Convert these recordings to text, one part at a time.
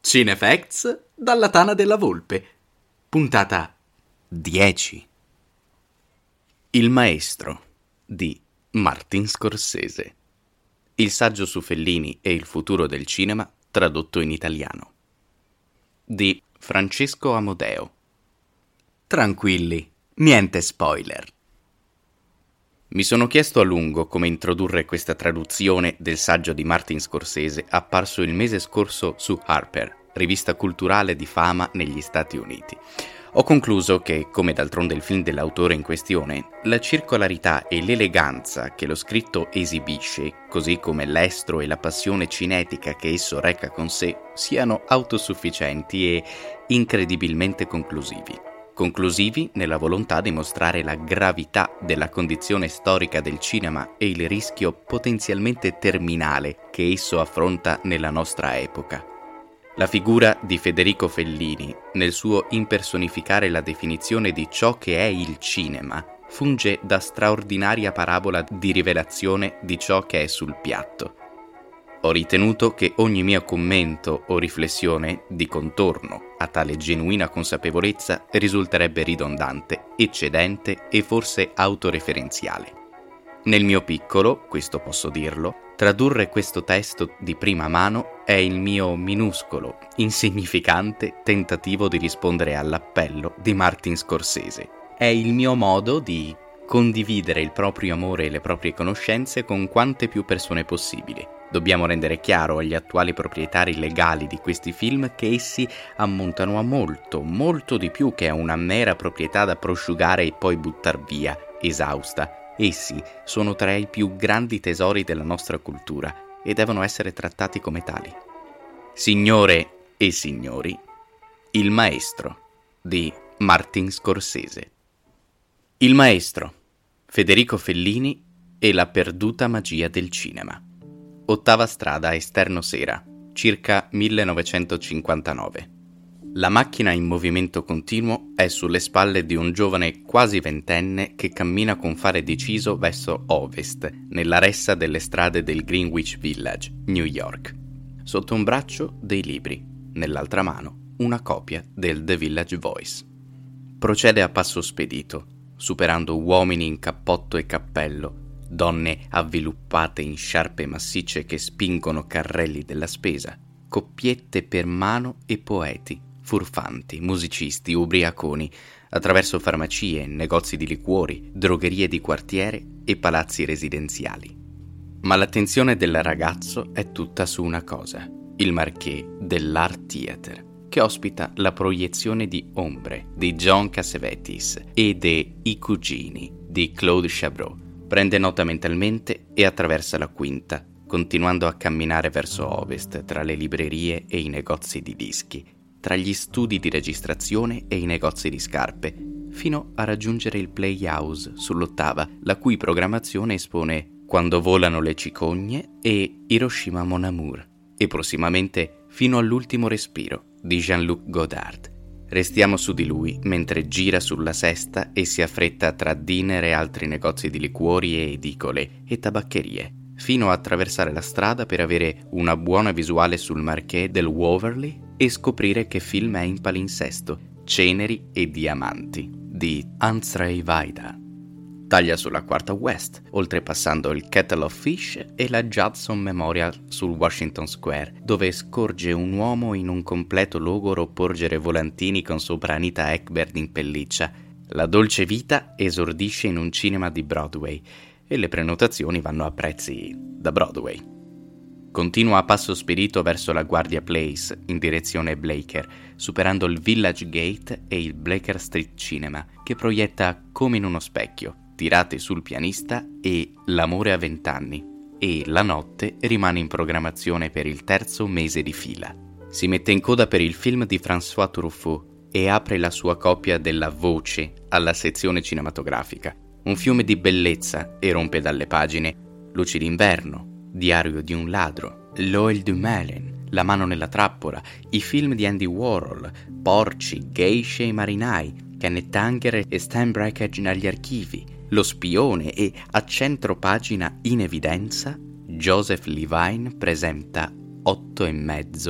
Cinefacts dalla Tana della Volpe, puntata 10. Il maestro di Martin Scorsese. Il saggio su Fellini e il futuro del cinema tradotto in italiano. Di Francesco Amodeo. Tranquilli, niente spoiler. Mi sono chiesto a lungo come introdurre questa traduzione del saggio di Martin Scorsese apparso il mese scorso su Harper, rivista culturale di fama negli Stati Uniti. Ho concluso che, come d'altronde il film dell'autore in questione, la circolarità e l'eleganza che lo scritto esibisce, così come l'estro e la passione cinetica che esso reca con sé, siano autosufficienti e incredibilmente conclusivi. Conclusivi nella volontà di mostrare la gravità della condizione storica del cinema e il rischio potenzialmente terminale che esso affronta nella nostra epoca. La figura di Federico Fellini, nel suo impersonificare la definizione di ciò che è il cinema, funge da straordinaria parabola di rivelazione di ciò che è sul piatto. Ho ritenuto che ogni mio commento o riflessione di contorno a tale genuina consapevolezza risulterebbe ridondante, eccedente e forse autoreferenziale. Nel mio piccolo, questo posso dirlo, tradurre questo testo di prima mano è il mio minuscolo, insignificante tentativo di rispondere all'appello di Martin Scorsese. È il mio modo di condividere il proprio amore e le proprie conoscenze con quante più persone possibili. Dobbiamo rendere chiaro agli attuali proprietari legali di questi film che essi ammontano a molto, molto di più che a una mera proprietà da prosciugare e poi buttar via, esausta. Essi sono tra i più grandi tesori della nostra cultura e devono essere trattati come tali. Signore e signori, Il maestro di Martin Scorsese. Il maestro, Federico Fellini e la perduta magia del cinema. Ottava strada, esterno sera, circa 1959. La macchina in movimento continuo è sulle spalle di un giovane quasi ventenne che cammina con fare deciso verso ovest, nella ressa delle strade del Greenwich Village, New York. Sotto un braccio dei libri, nell'altra mano una copia del The Village Voice. Procede a passo spedito, superando uomini in cappotto e cappello, donne avviluppate in sciarpe massicce che spingono carrelli della spesa, coppiette per mano e poeti, furfanti, musicisti, ubriaconi, attraverso farmacie, negozi di liquori, drogherie di quartiere e palazzi residenziali. Ma l'attenzione del ragazzo è tutta su una cosa, il marché dell'Art Theater, che ospita la proiezione di Ombre di John Cassavetes e de I Cugini di Claude Chabrol. Prende nota mentalmente e attraversa la quinta, continuando a camminare verso ovest tra le librerie e i negozi di dischi, tra gli studi di registrazione e i negozi di scarpe, fino a raggiungere il Playhouse sull'ottava, la cui programmazione espone Quando volano le cicogne e Hiroshima Mon Amour, e prossimamente fino all'ultimo respiro di Jean-Luc Godard. Restiamo su di lui mentre gira sulla sesta e si affretta tra diner e altri negozi di liquori e edicole e tabaccherie, fino a attraversare la strada per avere una buona visuale sul marché del Waverly e scoprire che film è in palinsesto, Ceneri e diamanti, di Andrzej Wajda. Taglia sulla quarta West, oltrepassando il Kettle of Fish e la Judson Memorial sul Washington Square, dove scorge un uomo in un completo logoro porgere volantini con sopra Anita Ekberg in pelliccia. La dolce vita esordisce in un cinema di Broadway e le prenotazioni vanno a prezzi da Broadway. Continua a passo spedito verso la Guardia Place in direzione Blaker, superando il Village Gate e il Blaker Street Cinema, che proietta Come in uno specchio, Tirate sul pianista e L'amore a 20 anni, e La notte rimane in programmazione per il terzo mese di fila. Si mette in coda per il film di François Truffaut e apre la sua copia della Voce alla sezione cinematografica. Un fiume di bellezza erompe dalle pagine Luci d'inverno, Diario di un ladro, L'Oeil du Merlin, La mano nella trappola, i film di Andy Warhol, Porci, Geisha e Marinai, Kenneth Anger e Stan Brakhage negli archivi, Lo spione e a centropagina in evidenza Joseph Levine presenta 8 e mezzo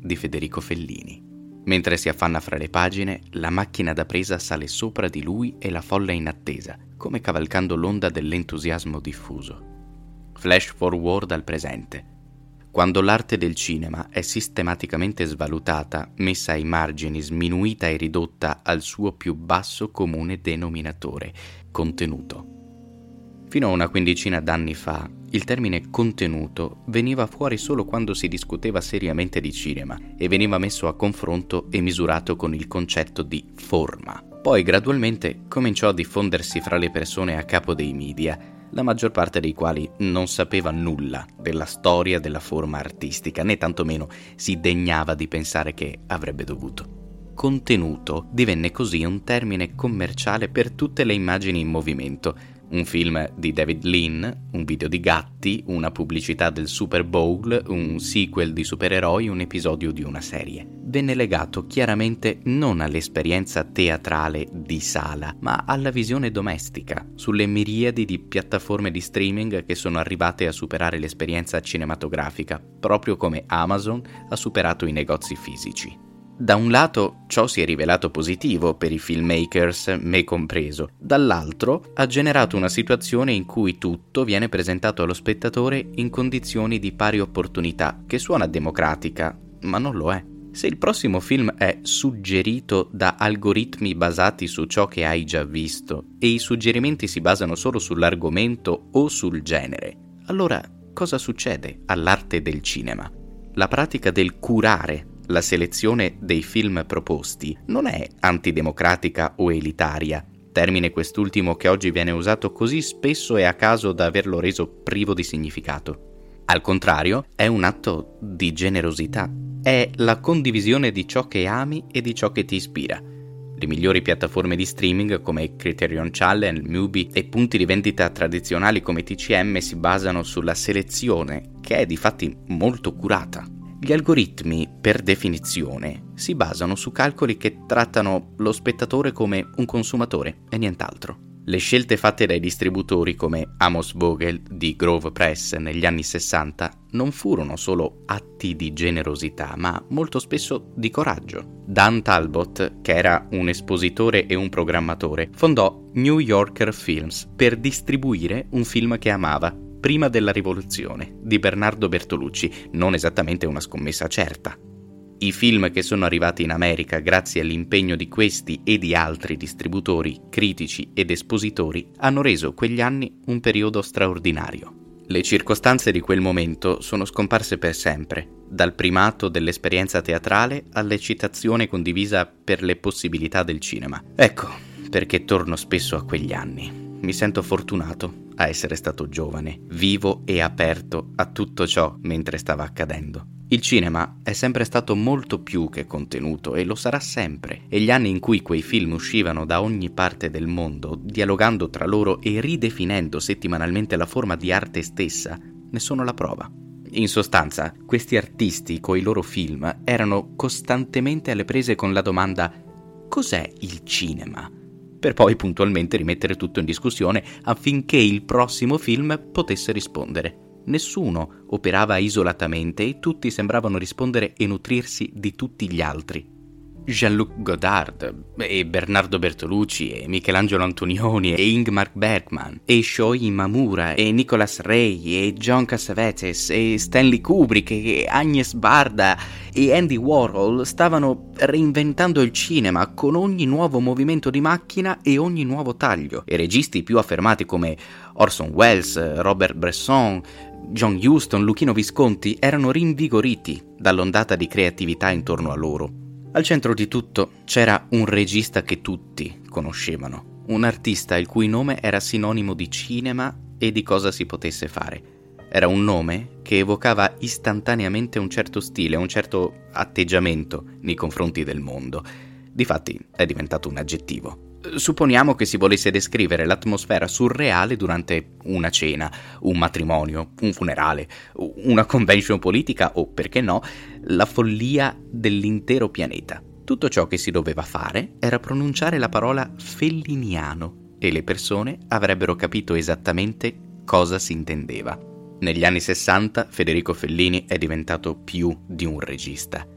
di Federico Fellini. Mentre si affanna fra le pagine, la macchina da presa sale sopra di lui e la folla in attesa, come cavalcando l'onda dell'entusiasmo diffuso. Flash forward al presente. Quando l'arte del cinema è sistematicamente svalutata, messa ai margini, sminuita e ridotta al suo più basso comune denominatore, contenuto. Fino a una quindicina d'anni fa, il termine contenuto veniva fuori solo quando si discuteva seriamente di cinema e veniva messo a confronto e misurato con il concetto di forma. Poi gradualmente cominciò a diffondersi fra le persone a capo dei media, la maggior parte dei quali non sapeva nulla della storia della forma artistica, né tantomeno si degnava di pensare che avrebbe dovuto. Contenuto divenne così un termine commerciale per tutte le immagini in movimento. Un film di David Lean, un video di gatti, una pubblicità del Super Bowl, un sequel di supereroi, un episodio di una serie. Venne legato chiaramente non all'esperienza teatrale di sala, ma alla visione domestica, sulle miriadi di piattaforme di streaming che sono arrivate a superare l'esperienza cinematografica, proprio come Amazon ha superato i negozi fisici. Da un lato ciò si è rivelato positivo per i filmmakers, me compreso, dall'altro ha generato una situazione in cui tutto viene presentato allo spettatore in condizioni di pari opportunità, che suona democratica, ma non lo è. Se il prossimo film è suggerito da algoritmi basati su ciò che hai già visto e i suggerimenti si basano solo sull'argomento o sul genere, allora cosa succede all'arte del cinema? La pratica del curare la selezione dei film proposti non è antidemocratica o elitaria, termine quest'ultimo che oggi viene usato così spesso e a caso da averlo reso privo di significato. Al contrario, è un atto di generosità, è la condivisione di ciò che ami e di ciò che ti ispira. Le migliori piattaforme di streaming come Criterion Channel, Mubi e punti di vendita tradizionali come TCM si basano sulla selezione, che è difatti molto curata. Gli algoritmi, per definizione, si basano su calcoli che trattano lo spettatore come un consumatore e nient'altro. Le scelte fatte dai distributori come Amos Vogel di Grove Press negli anni 60 non furono solo atti di generosità, ma molto spesso di coraggio. Dan Talbot, che era un espositore e un programmatore, fondò New Yorker Films per distribuire un film che amava, Prima della rivoluzione, di Bernardo Bertolucci, non esattamente una scommessa certa. I film che sono arrivati in America grazie all'impegno di questi e di altri distributori, critici ed espositori hanno reso quegli anni un periodo straordinario. Le circostanze di quel momento sono scomparse per sempre, dal primato dell'esperienza teatrale all'eccitazione condivisa per le possibilità del cinema. Ecco perché torno spesso a quegli anni. Mi sento fortunato a essere stato giovane, vivo e aperto a tutto ciò mentre stava accadendo. Il cinema è sempre stato molto più che contenuto e lo sarà sempre, e gli anni in cui quei film uscivano da ogni parte del mondo, dialogando tra loro e ridefinendo settimanalmente la forma di arte stessa, ne sono la prova. In sostanza, questi artisti coi loro film erano costantemente alle prese con la domanda «Cos'è il cinema?», per poi puntualmente rimettere tutto in discussione affinché il prossimo film potesse rispondere. Nessuno operava isolatamente e tutti sembravano rispondere e nutrirsi di tutti gli altri. Jean-Luc Godard, e Bernardo Bertolucci, e Michelangelo Antonioni, e Ingmar Bergman, e Shoei Imamura, e Nicolas Ray, e John Cassavetes, e Stanley Kubrick, e Agnes Barda, e Andy Warhol stavano reinventando il cinema con ogni nuovo movimento di macchina e ogni nuovo taglio, e registi più affermati come Orson Welles, Robert Bresson, John Huston, Luchino Visconti erano rinvigoriti dall'ondata di creatività intorno a loro. Al centro di tutto c'era un regista che tutti conoscevano, un artista il cui nome era sinonimo di cinema e di cosa si potesse fare. Era un nome che evocava istantaneamente un certo stile, un certo atteggiamento nei confronti del mondo. Difatti è diventato un aggettivo. Supponiamo che si volesse descrivere l'atmosfera surreale durante una cena, un matrimonio, un funerale, una convention politica o, perché no, la follia dell'intero pianeta. Tutto ciò che si doveva fare era pronunciare la parola felliniano e le persone avrebbero capito esattamente cosa si intendeva. Negli anni 60 Federico Fellini è diventato più di un regista.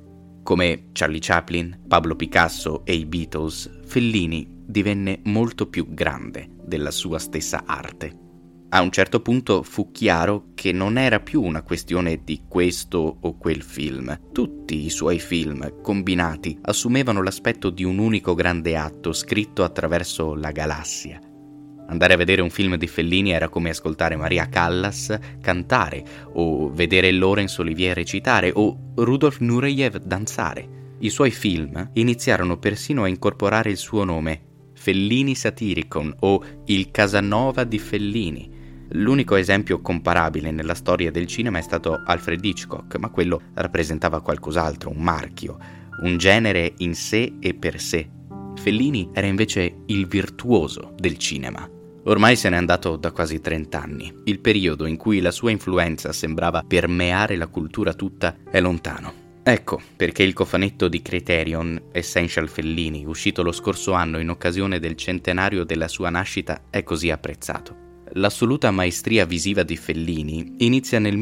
Come Charlie Chaplin, Pablo Picasso e i Beatles, Fellini divenne molto più grande della sua stessa arte. A un certo punto fu chiaro che non era più una questione di questo o quel film. Tutti i suoi film, combinati, assumevano l'aspetto di un unico grande atto scritto attraverso la galassia. Andare a vedere un film di Fellini era come ascoltare Maria Callas cantare, o vedere Laurence Olivier recitare, o Rudolf Nureyev danzare. I suoi film iniziarono persino a incorporare il suo nome, Fellini Satyricon o il Casanova di Fellini. L'unico esempio comparabile nella storia del cinema è stato Alfred Hitchcock, ma quello rappresentava qualcos'altro, un marchio, un genere in sé e per sé. Fellini era invece il virtuoso del cinema. Ormai se n'è andato da quasi 30 anni. Il periodo in cui la sua influenza sembrava permeare la cultura tutta è lontano. Ecco perché il cofanetto di Criterion, Essential Fellini, uscito lo scorso anno in occasione del centenario della sua nascita, è così apprezzato. L'assoluta maestria visiva di Fellini inizia nel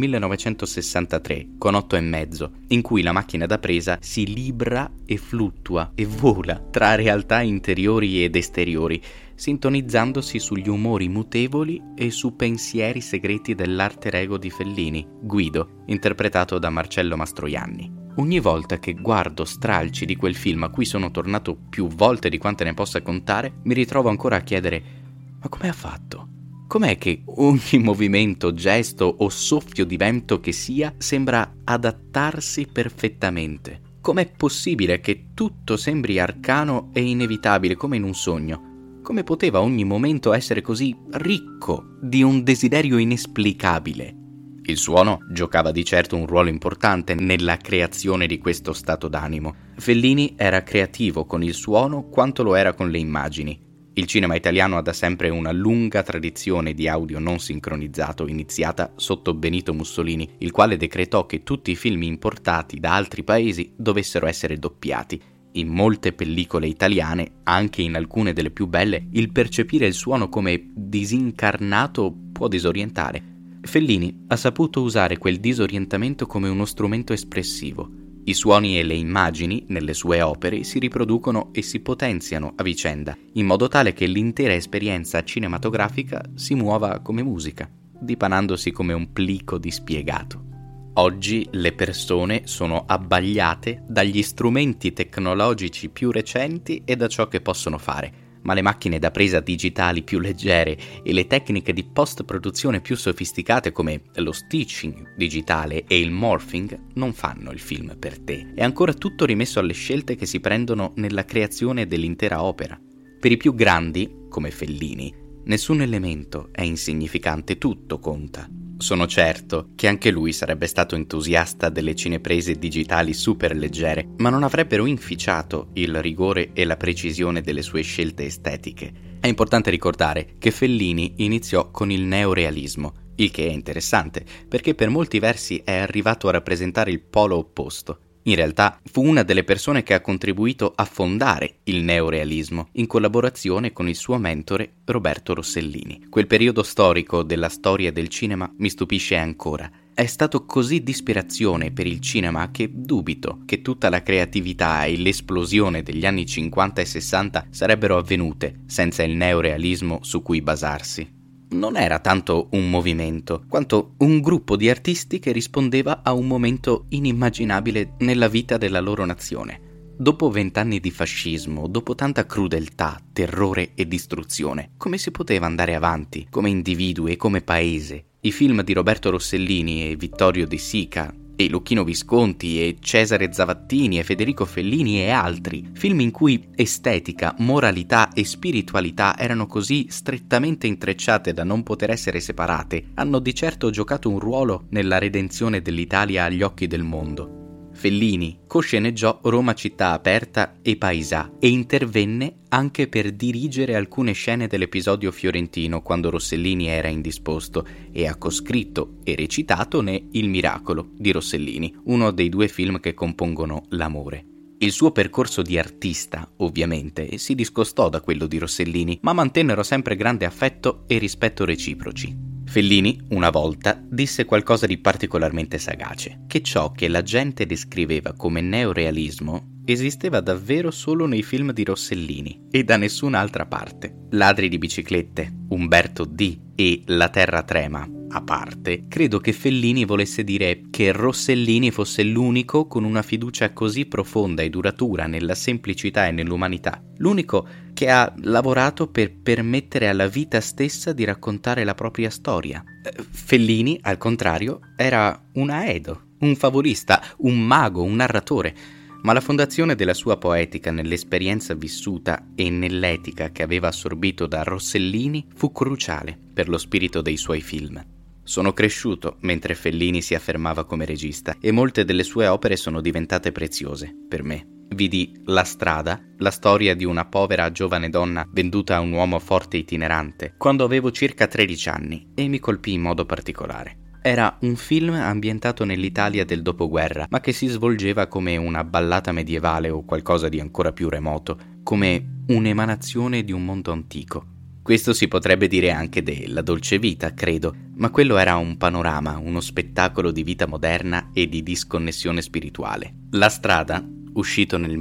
1963 con 8 e mezzo, in cui la macchina da presa si libra e fluttua e vola tra realtà interiori ed esteriori, sintonizzandosi sugli umori mutevoli e su pensieri segreti dell'alter ego di Fellini, Guido, interpretato da Marcello Mastroianni. Ogni volta che guardo stralci di quel film a cui sono tornato più volte di quante ne possa contare, mi ritrovo ancora a chiedere: ma come ha fatto? Com'è che ogni movimento, gesto o soffio di vento che sia sembra adattarsi perfettamente? Com'è possibile che tutto sembri arcano e inevitabile come in un sogno? Come poteva ogni momento essere così ricco di un desiderio inesplicabile? Il suono giocava di certo un ruolo importante nella creazione di questo stato d'animo. Fellini era creativo con il suono quanto lo era con le immagini. Il cinema italiano ha da sempre una lunga tradizione di audio non sincronizzato, iniziata sotto Benito Mussolini, il quale decretò che tutti i film importati da altri paesi dovessero essere doppiati. In molte pellicole italiane, anche in alcune delle più belle, il percepire il suono come disincarnato può disorientare. Fellini ha saputo usare quel disorientamento come uno strumento espressivo. I suoni e le immagini, nelle sue opere, si riproducono e si potenziano a vicenda, in modo tale che l'intera esperienza cinematografica si muova come musica, dipanandosi come un plico dispiegato. Oggi le persone sono abbagliate dagli strumenti tecnologici più recenti e da ciò che possono fare, ma le macchine da presa digitali più leggere e le tecniche di post-produzione più sofisticate come lo stitching digitale e il morphing non fanno il film per te. È ancora tutto rimesso alle scelte che si prendono nella creazione dell'intera opera. Per i più grandi, come Fellini, nessun elemento è insignificante, tutto conta. Sono certo che anche lui sarebbe stato entusiasta delle cineprese digitali super leggere, ma non avrebbero inficiato il rigore e la precisione delle sue scelte estetiche. È importante ricordare che Fellini iniziò con il neorealismo, il che è interessante, perché per molti versi è arrivato a rappresentare il polo opposto. In realtà fu una delle persone che ha contribuito a fondare il neorealismo, in collaborazione con il suo mentore Roberto Rossellini. Quel periodo storico della storia del cinema mi stupisce ancora. È stato così di ispirazione per il cinema che dubito che tutta la creatività e l'esplosione degli anni 50 e 60 sarebbero avvenute senza il neorealismo su cui basarsi. Non era tanto un movimento, quanto un gruppo di artisti che rispondeva a un momento inimmaginabile nella vita della loro nazione. Dopo 20 anni di fascismo, dopo tanta crudeltà, terrore e distruzione, come si poteva andare avanti come individui e come paese? I film di Roberto Rossellini e Vittorio De Sica, e Luchino Visconti e Cesare Zavattini e Federico Fellini e altri, film in cui estetica, moralità e spiritualità erano così strettamente intrecciate da non poter essere separate, hanno di certo giocato un ruolo nella redenzione dell'Italia agli occhi del mondo. Fellini cosceneggiò Roma città aperta e Paesà e intervenne anche per dirigere alcune scene dell'episodio fiorentino quando Rossellini era indisposto e ha coscritto e recitato ne Il miracolo di Rossellini, uno dei 2 film che compongono L'amore. Il suo percorso di artista, ovviamente, si discostò da quello di Rossellini, ma mantennero sempre grande affetto e rispetto reciproci. Fellini, una volta, disse qualcosa di particolarmente sagace, che ciò che la gente descriveva come neorealismo esisteva davvero solo nei film di Rossellini e da nessun'altra parte. Ladri di biciclette, Umberto D. e La terra trema a parte, credo che Fellini volesse dire che Rossellini fosse l'unico con una fiducia così profonda e duratura nella semplicità e nell'umanità, l'unico che ha lavorato per permettere alla vita stessa di raccontare la propria storia. Fellini, al contrario, era un aedo, un favolista, un mago, un narratore, ma la fondazione della sua poetica nell'esperienza vissuta e nell'etica che aveva assorbito da Rossellini fu cruciale per lo spirito dei suoi film. Sono cresciuto mentre Fellini si affermava come regista e molte delle sue opere sono diventate preziose per me. Vidi La strada, la storia di una povera giovane donna venduta a un uomo forte itinerante, quando avevo circa 13 anni e mi colpì in modo particolare. Era un film ambientato nell'Italia del dopoguerra, ma che si svolgeva come una ballata medievale o qualcosa di ancora più remoto, come un'emanazione di un mondo antico. Questo si potrebbe dire anche della Dolce Vita, credo, ma quello era un panorama, uno spettacolo di vita moderna e di disconnessione spirituale. La strada, uscito nel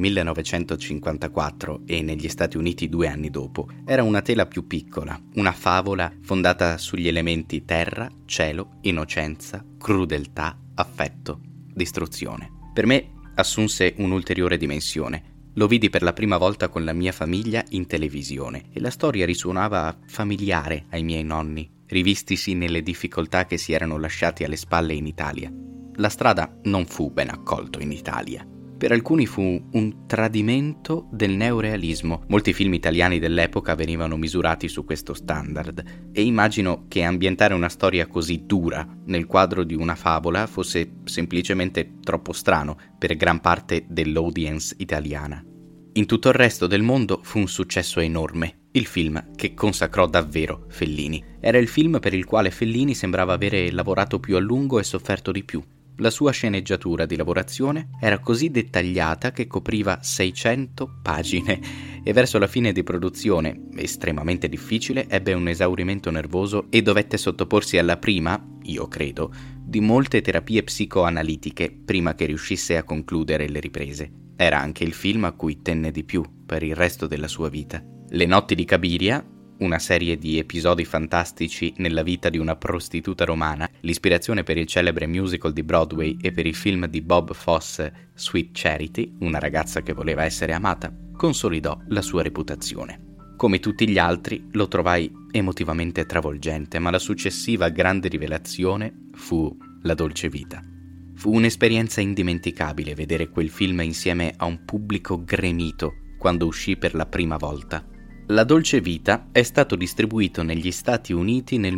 1954 e negli Stati Uniti 2 anni dopo, era una tela più piccola, una favola fondata sugli elementi terra, cielo, innocenza, crudeltà, affetto, distruzione. Per me assunse un'ulteriore dimensione. Lo vidi per la prima volta con la mia famiglia in televisione e la storia risuonava familiare ai miei nonni, rivistisi nelle difficoltà che si erano lasciati alle spalle in Italia. La strada non fu ben accolto in Italia. Per alcuni fu un tradimento del neorealismo. Molti film italiani dell'epoca venivano misurati su questo standard e immagino che ambientare una storia così dura nel quadro di una favola fosse semplicemente troppo strano per gran parte dell'audience italiana. In tutto il resto del mondo fu un successo enorme. Il film che consacrò davvero Fellini. Era il film per il quale Fellini sembrava avere lavorato più a lungo e sofferto di più. La sua sceneggiatura di lavorazione era così dettagliata che copriva 600 pagine e verso la fine di produzione, estremamente difficile, ebbe un esaurimento nervoso e dovette sottoporsi alla prima, io credo, di molte terapie psicoanalitiche prima che riuscisse a concludere le riprese. Era anche il film a cui tenne di più per il resto della sua vita. Le notti di Cabiria, una serie di episodi fantastici nella vita di una prostituta romana, l'ispirazione per il celebre musical di Broadway e per il film di Bob Fosse Sweet Charity, una ragazza che voleva essere amata, consolidò la sua reputazione. Come tutti gli altri, lo trovai emotivamente travolgente, ma la successiva grande rivelazione fu La Dolce Vita. Fu un'esperienza indimenticabile vedere quel film insieme a un pubblico gremito quando uscì per la prima volta. La Dolce Vita è stato distribuito negli Stati Uniti nel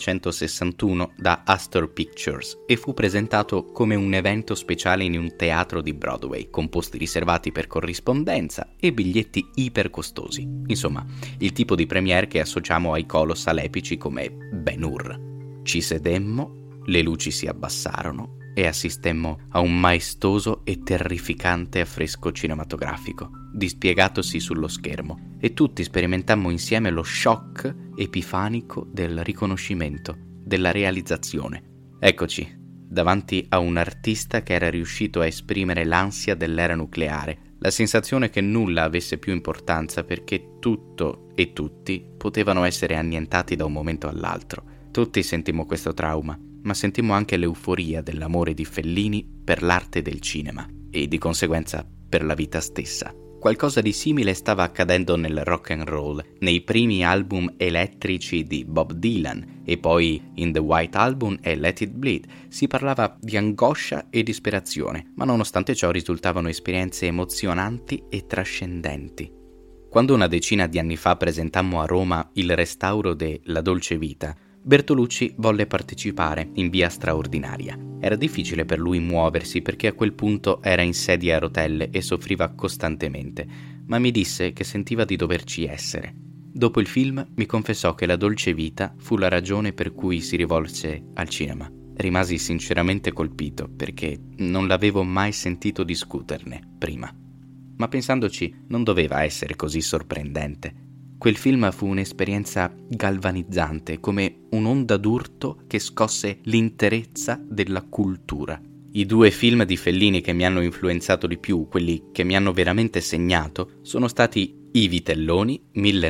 1961 da Astor Pictures e fu presentato come un evento speciale in un teatro di Broadway, con posti riservati per corrispondenza e biglietti ipercostosi. Insomma, il tipo di premiere che associamo ai colossal epici come Ben-Hur. Ci sedemmo, le luci si abbassarono e assistemmo a un maestoso e terrificante affresco cinematografico, dispiegatosi sullo schermo, e tutti sperimentammo insieme lo shock epifanico del riconoscimento, della realizzazione. Eccoci, davanti a un artista che era riuscito a esprimere l'ansia dell'era nucleare, la sensazione che nulla avesse più importanza perché tutto e tutti potevano essere annientati da un momento all'altro. Tutti sentimmo questo trauma, ma sentimmo anche l'euforia dell'amore di Fellini per l'arte del cinema e di conseguenza per la vita stessa. Qualcosa di simile stava accadendo nel rock and roll, nei primi album elettrici di Bob Dylan e poi in The White Album e Let It Bleed. Si parlava di angoscia e disperazione, ma nonostante ciò risultavano esperienze emozionanti e trascendenti. Quando una decina di anni fa presentammo a Roma il restauro de La Dolce Vita, Bertolucci volle partecipare in via straordinaria. Era difficile per lui muoversi perché a quel punto era in sedia a rotelle e soffriva costantemente, ma mi disse che sentiva di doverci essere. Dopo il film mi confessò che La Dolce Vita fu la ragione per cui si rivolse al cinema. Rimasi sinceramente colpito perché non l'avevo mai sentito discuterne prima. Ma pensandoci non doveva essere così sorprendente. Quel film fu un'esperienza galvanizzante, come un'onda d'urto che scosse l'interezza della cultura. I 2 film di Fellini che mi hanno influenzato di più, quelli che mi hanno veramente segnato, sono stati I Vitelloni,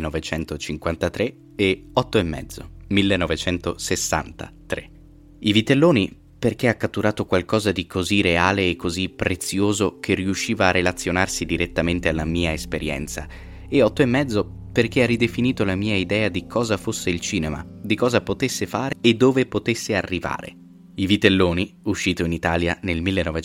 1953, e 8 e mezzo, 1963. I Vitelloni perché ha catturato qualcosa di così reale e così prezioso che riusciva a relazionarsi direttamente alla mia esperienza, e 8 e mezzo perché ha ridefinito la mia idea di cosa fosse il cinema, di cosa potesse fare e dove potesse arrivare. I Vitelloni, uscito in Italia nel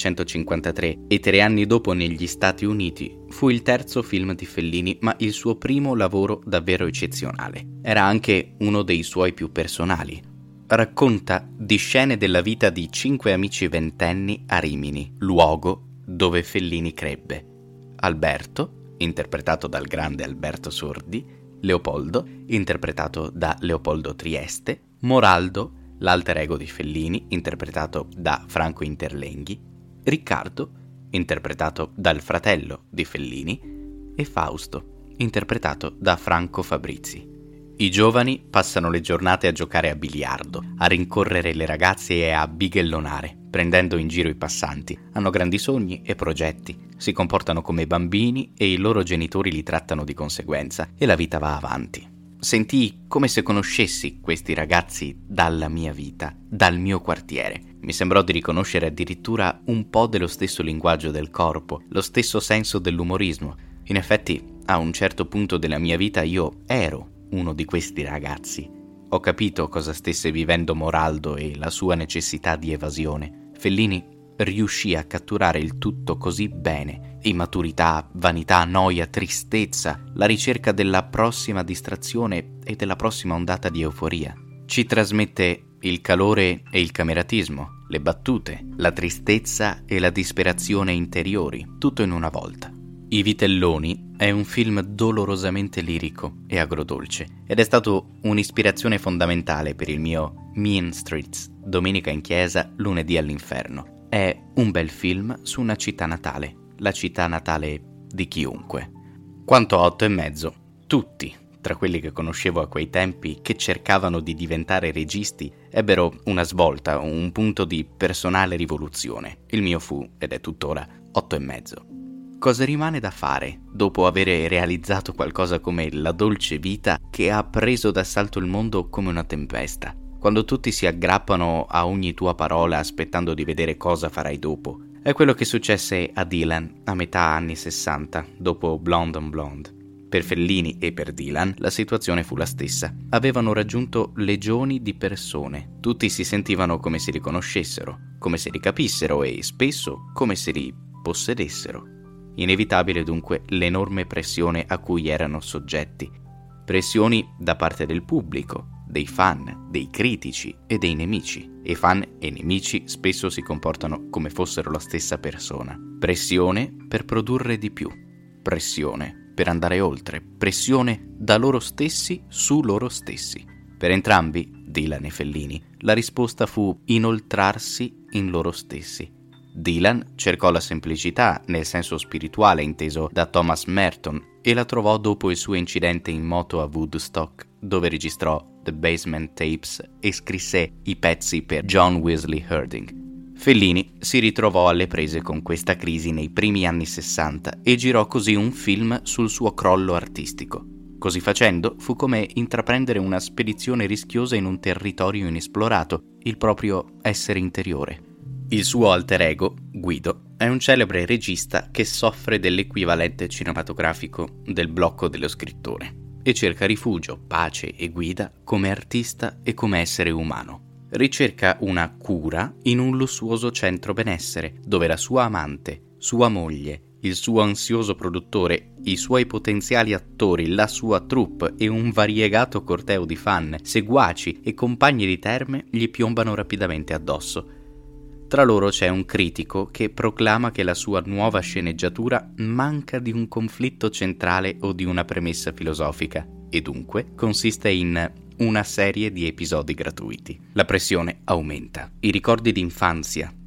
1953 e 3 anni dopo negli Stati Uniti, fu il terzo film di Fellini, ma il suo primo lavoro davvero eccezionale. Era anche uno dei suoi più personali. Racconta di scene della vita di 5 amici ventenni a Rimini, luogo dove Fellini crebbe. Alberto, interpretato dal grande Alberto Sordi, Leopoldo, interpretato da Leopoldo Trieste, Moraldo, l'alter ego di Fellini, interpretato da Franco Interlenghi, Riccardo, interpretato dal fratello di Fellini, e Fausto, interpretato da Franco Fabrizi. I giovani passano le giornate a giocare a biliardo, a rincorrere le ragazze e a bighellonare, prendendo in giro i passanti. Hanno grandi sogni e progetti, si comportano come bambini e i loro genitori li trattano di conseguenza e la vita va avanti. Sentii come se conoscessi questi ragazzi dalla mia vita, dal mio quartiere. Mi sembrò di riconoscere addirittura un po' dello stesso linguaggio del corpo, lo stesso senso dell'umorismo. In effetti, a un certo punto della mia vita io ero uno di questi ragazzi. Ho capito cosa stesse vivendo Moraldo e la sua necessità di evasione. Fellini riuscì a catturare il tutto così bene: immaturità, vanità, noia, tristezza, la ricerca della prossima distrazione e della prossima ondata di euforia. Ci trasmette il calore e il cameratismo, le battute, la tristezza e la disperazione interiori, tutto in una volta. I Vitelloni è un film dolorosamente lirico e agrodolce ed è stato un'ispirazione fondamentale per il mio Mean Streets, domenica in chiesa, lunedì all'inferno. È un bel film su una città natale, la città natale di chiunque. Quanto a 8 e mezzo, tutti, tra quelli che conoscevo a quei tempi che cercavano di diventare registi, ebbero una svolta, un punto di personale rivoluzione. Il mio fu, ed è tuttora, 8 e mezzo. Cosa rimane da fare dopo aver realizzato qualcosa come La dolce vita che ha preso d'assalto il mondo come una tempesta? Quando tutti si aggrappano a ogni tua parola aspettando di vedere cosa farai dopo. È quello che successe a Dylan a metà anni 60, dopo Blonde on Blonde. Per Fellini e per Dylan la situazione fu la stessa. Avevano raggiunto legioni di persone. Tutti si sentivano come se li conoscessero, come se li capissero e spesso come se li possedessero. Inevitabile dunque l'enorme pressione a cui erano soggetti. Pressioni da parte del pubblico, dei fan, dei critici e dei nemici. E fan e nemici spesso si comportano come fossero la stessa persona. Pressione per produrre di più. Pressione per andare oltre. Pressione da loro stessi su loro stessi. Per entrambi, Dylan e Fellini, la risposta fu inoltrarsi in loro stessi. Dylan cercò la semplicità nel senso spirituale inteso da Thomas Merton e la trovò dopo il suo incidente in moto a Woodstock, dove registrò The Basement Tapes e scrisse i pezzi per John Wesley Harding. Fellini si ritrovò alle prese con questa crisi nei primi anni 60 e girò così un film sul suo crollo artistico. Così facendo fu come intraprendere una spedizione rischiosa in un territorio inesplorato, il proprio essere interiore. Il suo alter ego, Guido, è un celebre regista che soffre dell'equivalente cinematografico del blocco dello scrittore e cerca rifugio, pace e guida come artista e come essere umano. Ricerca una cura in un lussuoso centro benessere dove la sua amante, sua moglie, il suo ansioso produttore, i suoi potenziali attori, la sua troupe e un variegato corteo di fan, seguaci e compagni di terme gli piombano rapidamente addosso. Tra loro c'è un critico che proclama che la sua nuova sceneggiatura manca di un conflitto centrale o di una premessa filosofica e dunque consiste in una serie di episodi gratuiti. La pressione aumenta. I ricordi d'infanzia,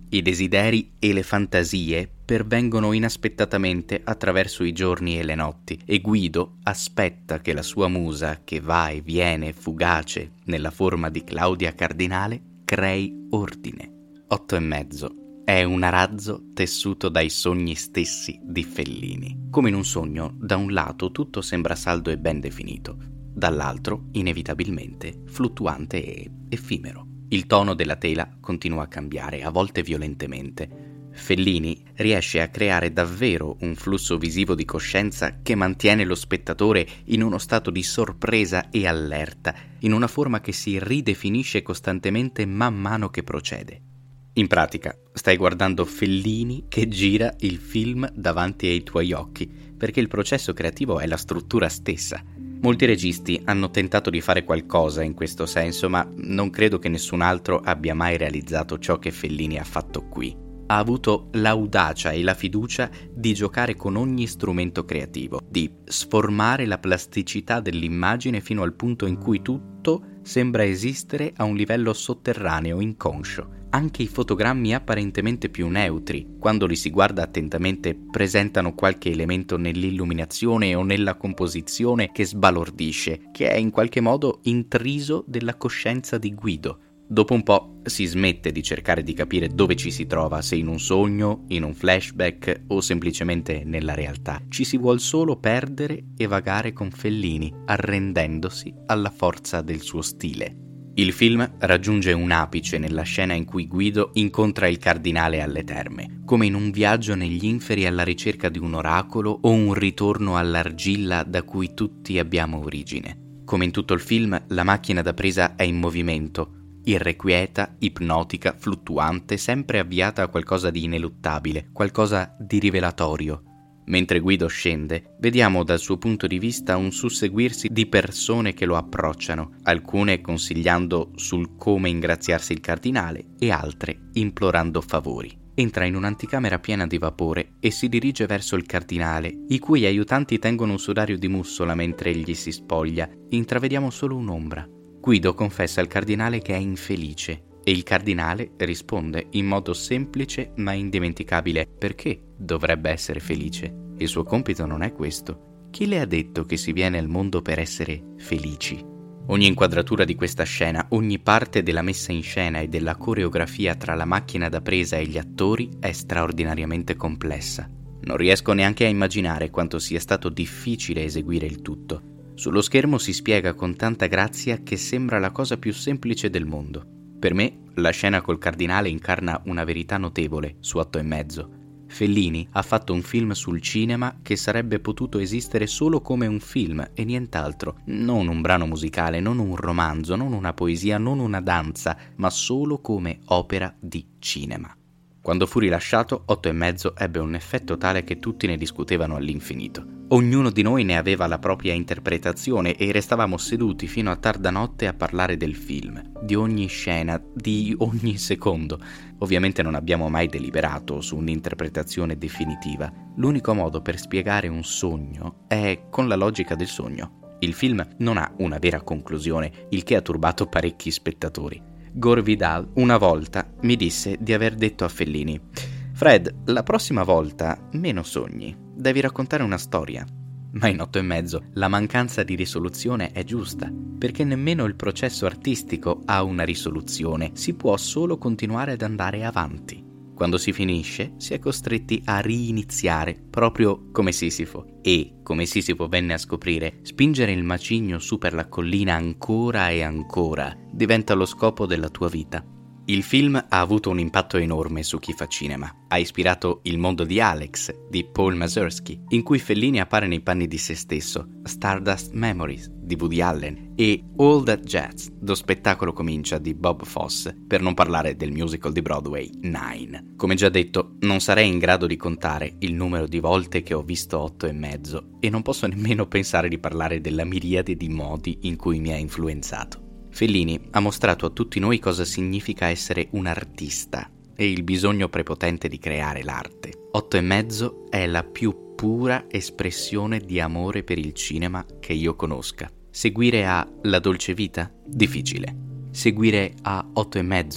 I desideri e le fantasie pervengono inaspettatamente attraverso i giorni e le notti e Guido aspetta che la sua musa, che va e viene fugace nella forma di Claudia Cardinale, crei ordine. 8 e mezzo è un arazzo tessuto dai sogni stessi di Fellini. Come in un sogno, da un lato tutto sembra saldo e ben definito, dall'altro, inevitabilmente, fluttuante e effimero. Il tono della tela continua a cambiare, a volte violentemente. Fellini riesce a creare davvero un flusso visivo di coscienza che mantiene lo spettatore in uno stato di sorpresa e allerta, in una forma che si ridefinisce costantemente man mano che procede. In pratica, stai guardando Fellini che gira il film davanti ai tuoi occhi, perché il processo creativo è la struttura stessa. Molti registi hanno tentato di fare qualcosa in questo senso, ma non credo che nessun altro abbia mai realizzato ciò che Fellini ha fatto qui. Ha avuto l'audacia e la fiducia di giocare con ogni strumento creativo, di sformare la plasticità dell'immagine fino al punto in cui tutto sembra esistere a un livello sotterraneo, inconscio. Anche i fotogrammi apparentemente più neutri, quando li si guarda attentamente, presentano qualche elemento nell'illuminazione o nella composizione che sbalordisce, che è in qualche modo intriso della coscienza di Guido. Dopo un po' si smette di cercare di capire dove ci si trova, se in un sogno, in un flashback o semplicemente nella realtà. Ci si vuol solo perdere e vagare con Fellini, arrendendosi alla forza del suo stile. Il film raggiunge un apice nella scena in cui Guido incontra il cardinale alle terme, come in un viaggio negli inferi alla ricerca di un oracolo o un ritorno all'argilla da cui tutti abbiamo origine. Come in tutto il film, la macchina da presa è in movimento, irrequieta, ipnotica, fluttuante, sempre avviata a qualcosa di ineluttabile, qualcosa di rivelatorio. Mentre Guido scende, vediamo dal suo punto di vista un susseguirsi di persone che lo approcciano, alcune consigliando sul come ingraziarsi il cardinale e altre implorando favori. Entra in un'anticamera piena di vapore e si dirige verso il cardinale, i cui aiutanti tengono un sudario di mussola mentre egli si spoglia. Intravediamo solo un'ombra. Guido confessa al cardinale che è infelice e il cardinale risponde in modo semplice ma indimenticabile perché dovrebbe essere felice. Il suo compito non è questo. Chi le ha detto che si viene al mondo per essere felici? Ogni inquadratura di questa scena, ogni parte della messa in scena e della coreografia tra la macchina da presa e gli attori è straordinariamente complessa. Non riesco neanche a immaginare quanto sia stato difficile eseguire il tutto. Sullo schermo si spiega con tanta grazia che sembra la cosa più semplice del mondo. Per me, la scena col cardinale incarna una verità notevole su 8 e mezzo. Fellini ha fatto un film sul cinema che sarebbe potuto esistere solo come un film e nient'altro. Non un brano musicale, non un romanzo, non una poesia, non una danza, ma solo come opera di cinema. Quando fu rilasciato, 8 e mezzo ebbe un effetto tale che tutti ne discutevano all'infinito. Ognuno di noi ne aveva la propria interpretazione e restavamo seduti fino a tarda notte a parlare del film, di ogni scena, di ogni secondo. Ovviamente non abbiamo mai deliberato su un'interpretazione definitiva. L'unico modo per spiegare un sogno è con la logica del sogno. Il film non ha una vera conclusione, il che ha turbato parecchi spettatori. Gore Vidal una volta mi disse di aver detto a Fellini: «Fred, la prossima volta meno sogni, devi raccontare una storia». Ma in 8 e mezzo la mancanza di risoluzione è giusta, perché nemmeno il processo artistico ha una risoluzione, si può solo continuare ad andare avanti. Quando si finisce, si è costretti a riiniziare, proprio come Sisifo. E, come Sisifo venne a scoprire, spingere il macigno su per la collina ancora e ancora diventa lo scopo della tua vita. Il film ha avuto un impatto enorme su chi fa cinema. Ha ispirato Il mondo di Alex, di Paul Mazursky, in cui Fellini appare nei panni di se stesso, Stardust Memories, di Woody Allen, e All That Jazz, Lo spettacolo comincia, di Bob Fosse, per non parlare del musical di Broadway, Nine. Come già detto, non sarei in grado di contare il numero di volte che ho visto 8 e mezzo, e non posso nemmeno pensare di parlare della miriade di modi in cui mi ha influenzato. Fellini ha mostrato a tutti noi cosa significa essere un artista e il bisogno prepotente di creare l'arte. 8 e mezzo è la più pura espressione di amore per il cinema che io conosca. Seguire a La dolce vita? Difficile. Seguire a 8 e mezzo?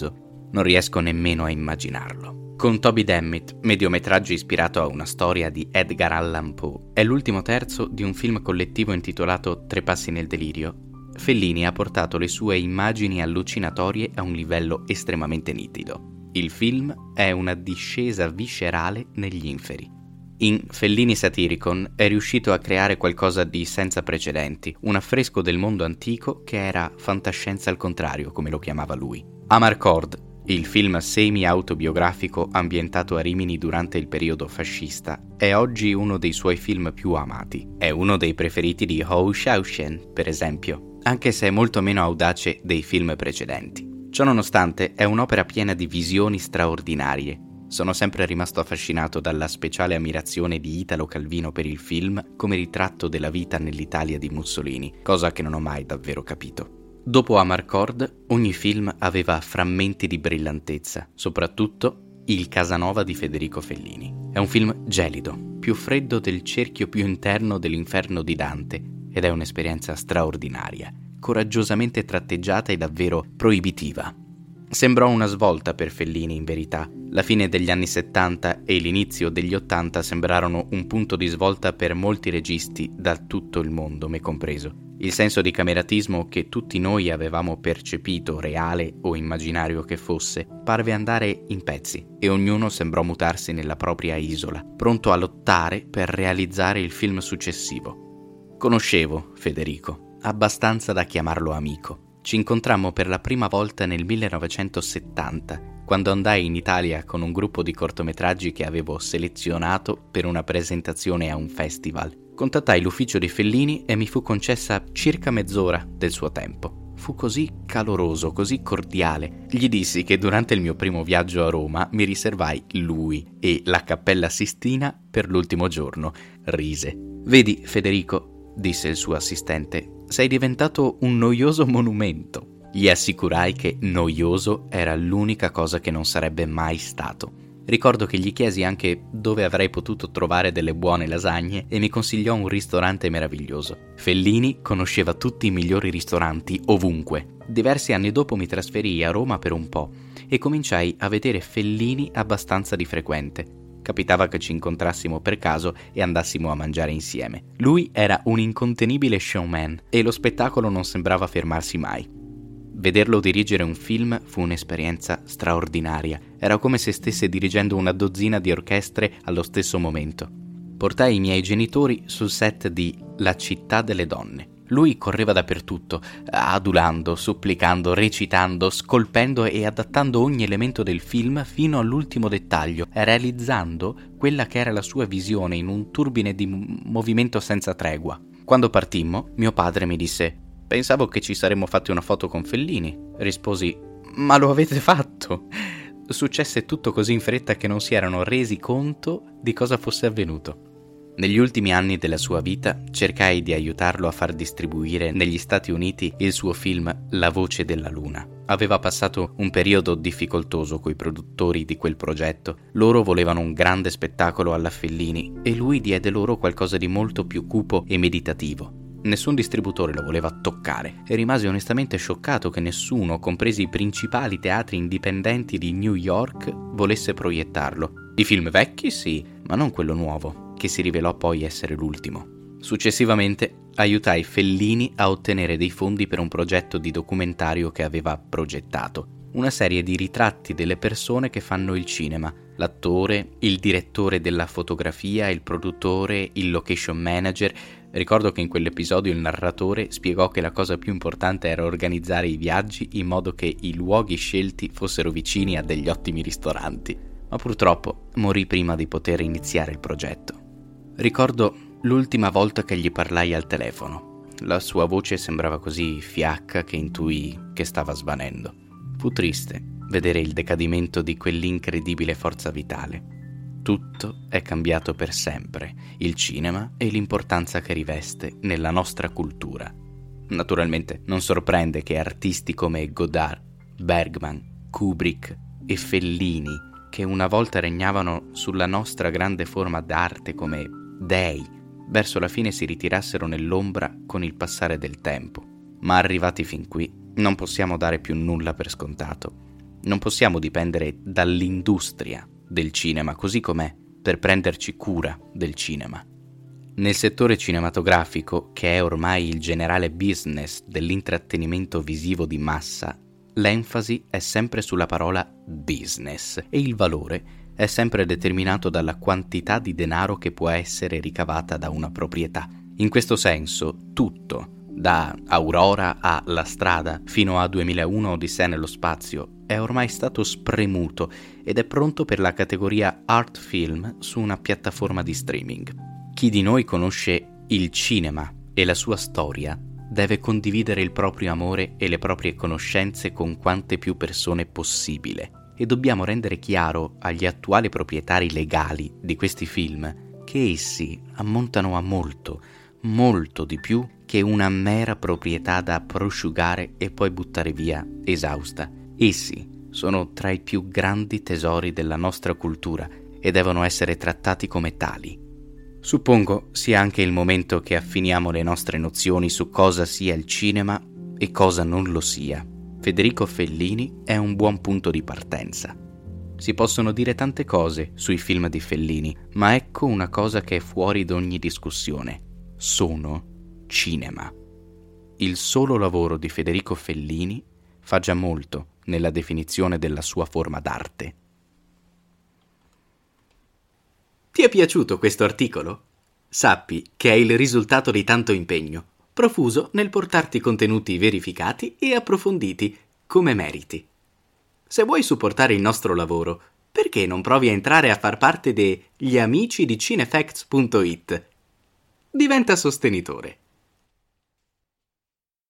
Non riesco nemmeno a immaginarlo. Con Toby Dammit, mediometraggio ispirato a una storia di Edgar Allan Poe, è l'ultimo terzo di un film collettivo intitolato Tre passi nel delirio. Fellini ha portato le sue immagini allucinatorie a un livello estremamente nitido. Il film è una discesa viscerale negli inferi. In Fellini Satyricon è riuscito a creare qualcosa di senza precedenti, un affresco del mondo antico che era fantascienza al contrario, come lo chiamava lui. Amarcord, il film semi-autobiografico ambientato a Rimini durante il periodo fascista, è oggi uno dei suoi film più amati. È uno dei preferiti di Hou Hsiao-hsien, per esempio, anche se è molto meno audace dei film precedenti. Ciononostante, è un'opera piena di visioni straordinarie. Sono sempre rimasto affascinato dalla speciale ammirazione di Italo Calvino per il film come ritratto della vita nell'Italia di Mussolini, cosa che non ho mai davvero capito. Dopo Amarcord, ogni film aveva frammenti di brillantezza, soprattutto Il Casanova di Federico Fellini. È un film gelido, più freddo del cerchio più interno dell'inferno di Dante, ed è un'esperienza straordinaria, coraggiosamente tratteggiata e davvero proibitiva. Sembrò una svolta per Fellini, in verità. La fine degli anni 70 e l'inizio degli 80 sembrarono un punto di svolta per molti registi da tutto il mondo, me compreso. Il senso di cameratismo che tutti noi avevamo percepito, reale o immaginario che fosse, parve andare in pezzi e ognuno sembrò mutarsi nella propria isola, pronto a lottare per realizzare il film successivo. Conoscevo Federico, abbastanza da chiamarlo amico. Ci incontrammo per la prima volta nel 1970, quando andai in Italia con un gruppo di cortometraggi che avevo selezionato per una presentazione a un festival. Contattai l'ufficio di Fellini e mi fu concessa circa mezz'ora del suo tempo. Fu così caloroso, così cordiale. Gli dissi che durante il mio primo viaggio a Roma mi riservai lui e la Cappella Sistina per l'ultimo giorno. Rise. «Vedi, Federico», disse il suo assistente, «sei diventato un noioso monumento». Gli assicurai che noioso era l'unica cosa che non sarebbe mai stato. Ricordo che gli chiesi anche dove avrei potuto trovare delle buone lasagne e mi consigliò un ristorante meraviglioso. Fellini conosceva tutti i migliori ristoranti ovunque. Diversi anni dopo mi trasferii a Roma per un po' e cominciai a vedere Fellini abbastanza di frequente. Capitava che ci incontrassimo per caso e andassimo a mangiare insieme. Lui era un incontenibile showman e lo spettacolo non sembrava fermarsi mai. Vederlo dirigere un film fu un'esperienza straordinaria. Era come se stesse dirigendo una dozzina di orchestre allo stesso momento. Portai i miei genitori sul set di La città delle donne. Lui correva dappertutto, adulando, supplicando, recitando, scolpendo e adattando ogni elemento del film fino all'ultimo dettaglio, realizzando quella che era la sua visione in un turbine di movimento senza tregua. Quando partimmo, mio padre mi disse: «Pensavo che ci saremmo fatti una foto con Fellini». Risposi: «Ma lo avete fatto?» Successe tutto così in fretta che non si erano resi conto di cosa fosse avvenuto. Negli ultimi anni della sua vita cercai di aiutarlo a far distribuire negli Stati Uniti il suo film La voce della luna. Aveva passato un periodo difficoltoso coi produttori di quel progetto. Loro volevano un grande spettacolo alla Fellini e lui diede loro qualcosa di molto più cupo e meditativo. Nessun distributore lo voleva toccare e rimasi onestamente scioccato che nessuno, compresi i principali teatri indipendenti di New York, volesse proiettarlo. I film vecchi sì, ma non quello nuovo, che si rivelò poi essere l'ultimo. Successivamente aiutai Fellini a ottenere dei fondi per un progetto di documentario che aveva progettato, una serie di ritratti delle persone che fanno il cinema, l'attore, il direttore della fotografia, il produttore, il location manager. Ricordo che in quell'episodio il narratore spiegò che la cosa più importante era organizzare i viaggi in modo che i luoghi scelti fossero vicini a degli ottimi ristoranti, ma purtroppo morì prima di poter iniziare il progetto. Ricordo l'ultima volta che gli parlai al telefono. La sua voce sembrava così fiacca che intuii che stava svanendo. Fu triste vedere il decadimento di quell'incredibile forza vitale. Tutto è cambiato per sempre, il cinema e l'importanza che riveste nella nostra cultura. Naturalmente non sorprende che artisti come Godard, Bergman, Kubrick e Fellini, che una volta regnavano sulla nostra grande forma d'arte come dei, verso la fine si ritirassero nell'ombra con il passare del tempo. Ma arrivati fin qui, non possiamo dare più nulla per scontato. Non possiamo dipendere dall'industria del cinema, così com'è, per prenderci cura del cinema. Nel settore cinematografico, che è ormai il generale business dell'intrattenimento visivo di massa, l'enfasi è sempre sulla parola business e il valore è sempre determinato dalla quantità di denaro che può essere ricavata da una proprietà. In questo senso, tutto, da Aurora a La Strada fino a 2001 Odissea nello spazio, è ormai stato spremuto ed è pronto per la categoria art film su una piattaforma di streaming. Chi di noi conosce il cinema e la sua storia deve condividere il proprio amore e le proprie conoscenze con quante più persone possibile e dobbiamo rendere chiaro agli attuali proprietari legali di questi film che essi ammontano a molto, molto di più che una mera proprietà da prosciugare e poi buttare via esausta. Essi sono tra i più grandi tesori della nostra cultura e devono essere trattati come tali. Suppongo sia anche il momento che affiniamo le nostre nozioni su cosa sia il cinema e cosa non lo sia. Federico Fellini è un buon punto di partenza. Si possono dire tante cose sui film di Fellini, ma ecco una cosa che è fuori d'ogni discussione. Sono cinema. Il solo lavoro di Federico Fellini fa già molto nella definizione della sua forma d'arte. Ti è piaciuto questo articolo? Sappi che è il risultato di tanto impegno, profuso nel portarti contenuti verificati e approfonditi, come meriti. Se vuoi supportare il nostro lavoro, perché non provi a entrare a far parte degli amici di cinefacts.it? Diventa sostenitore.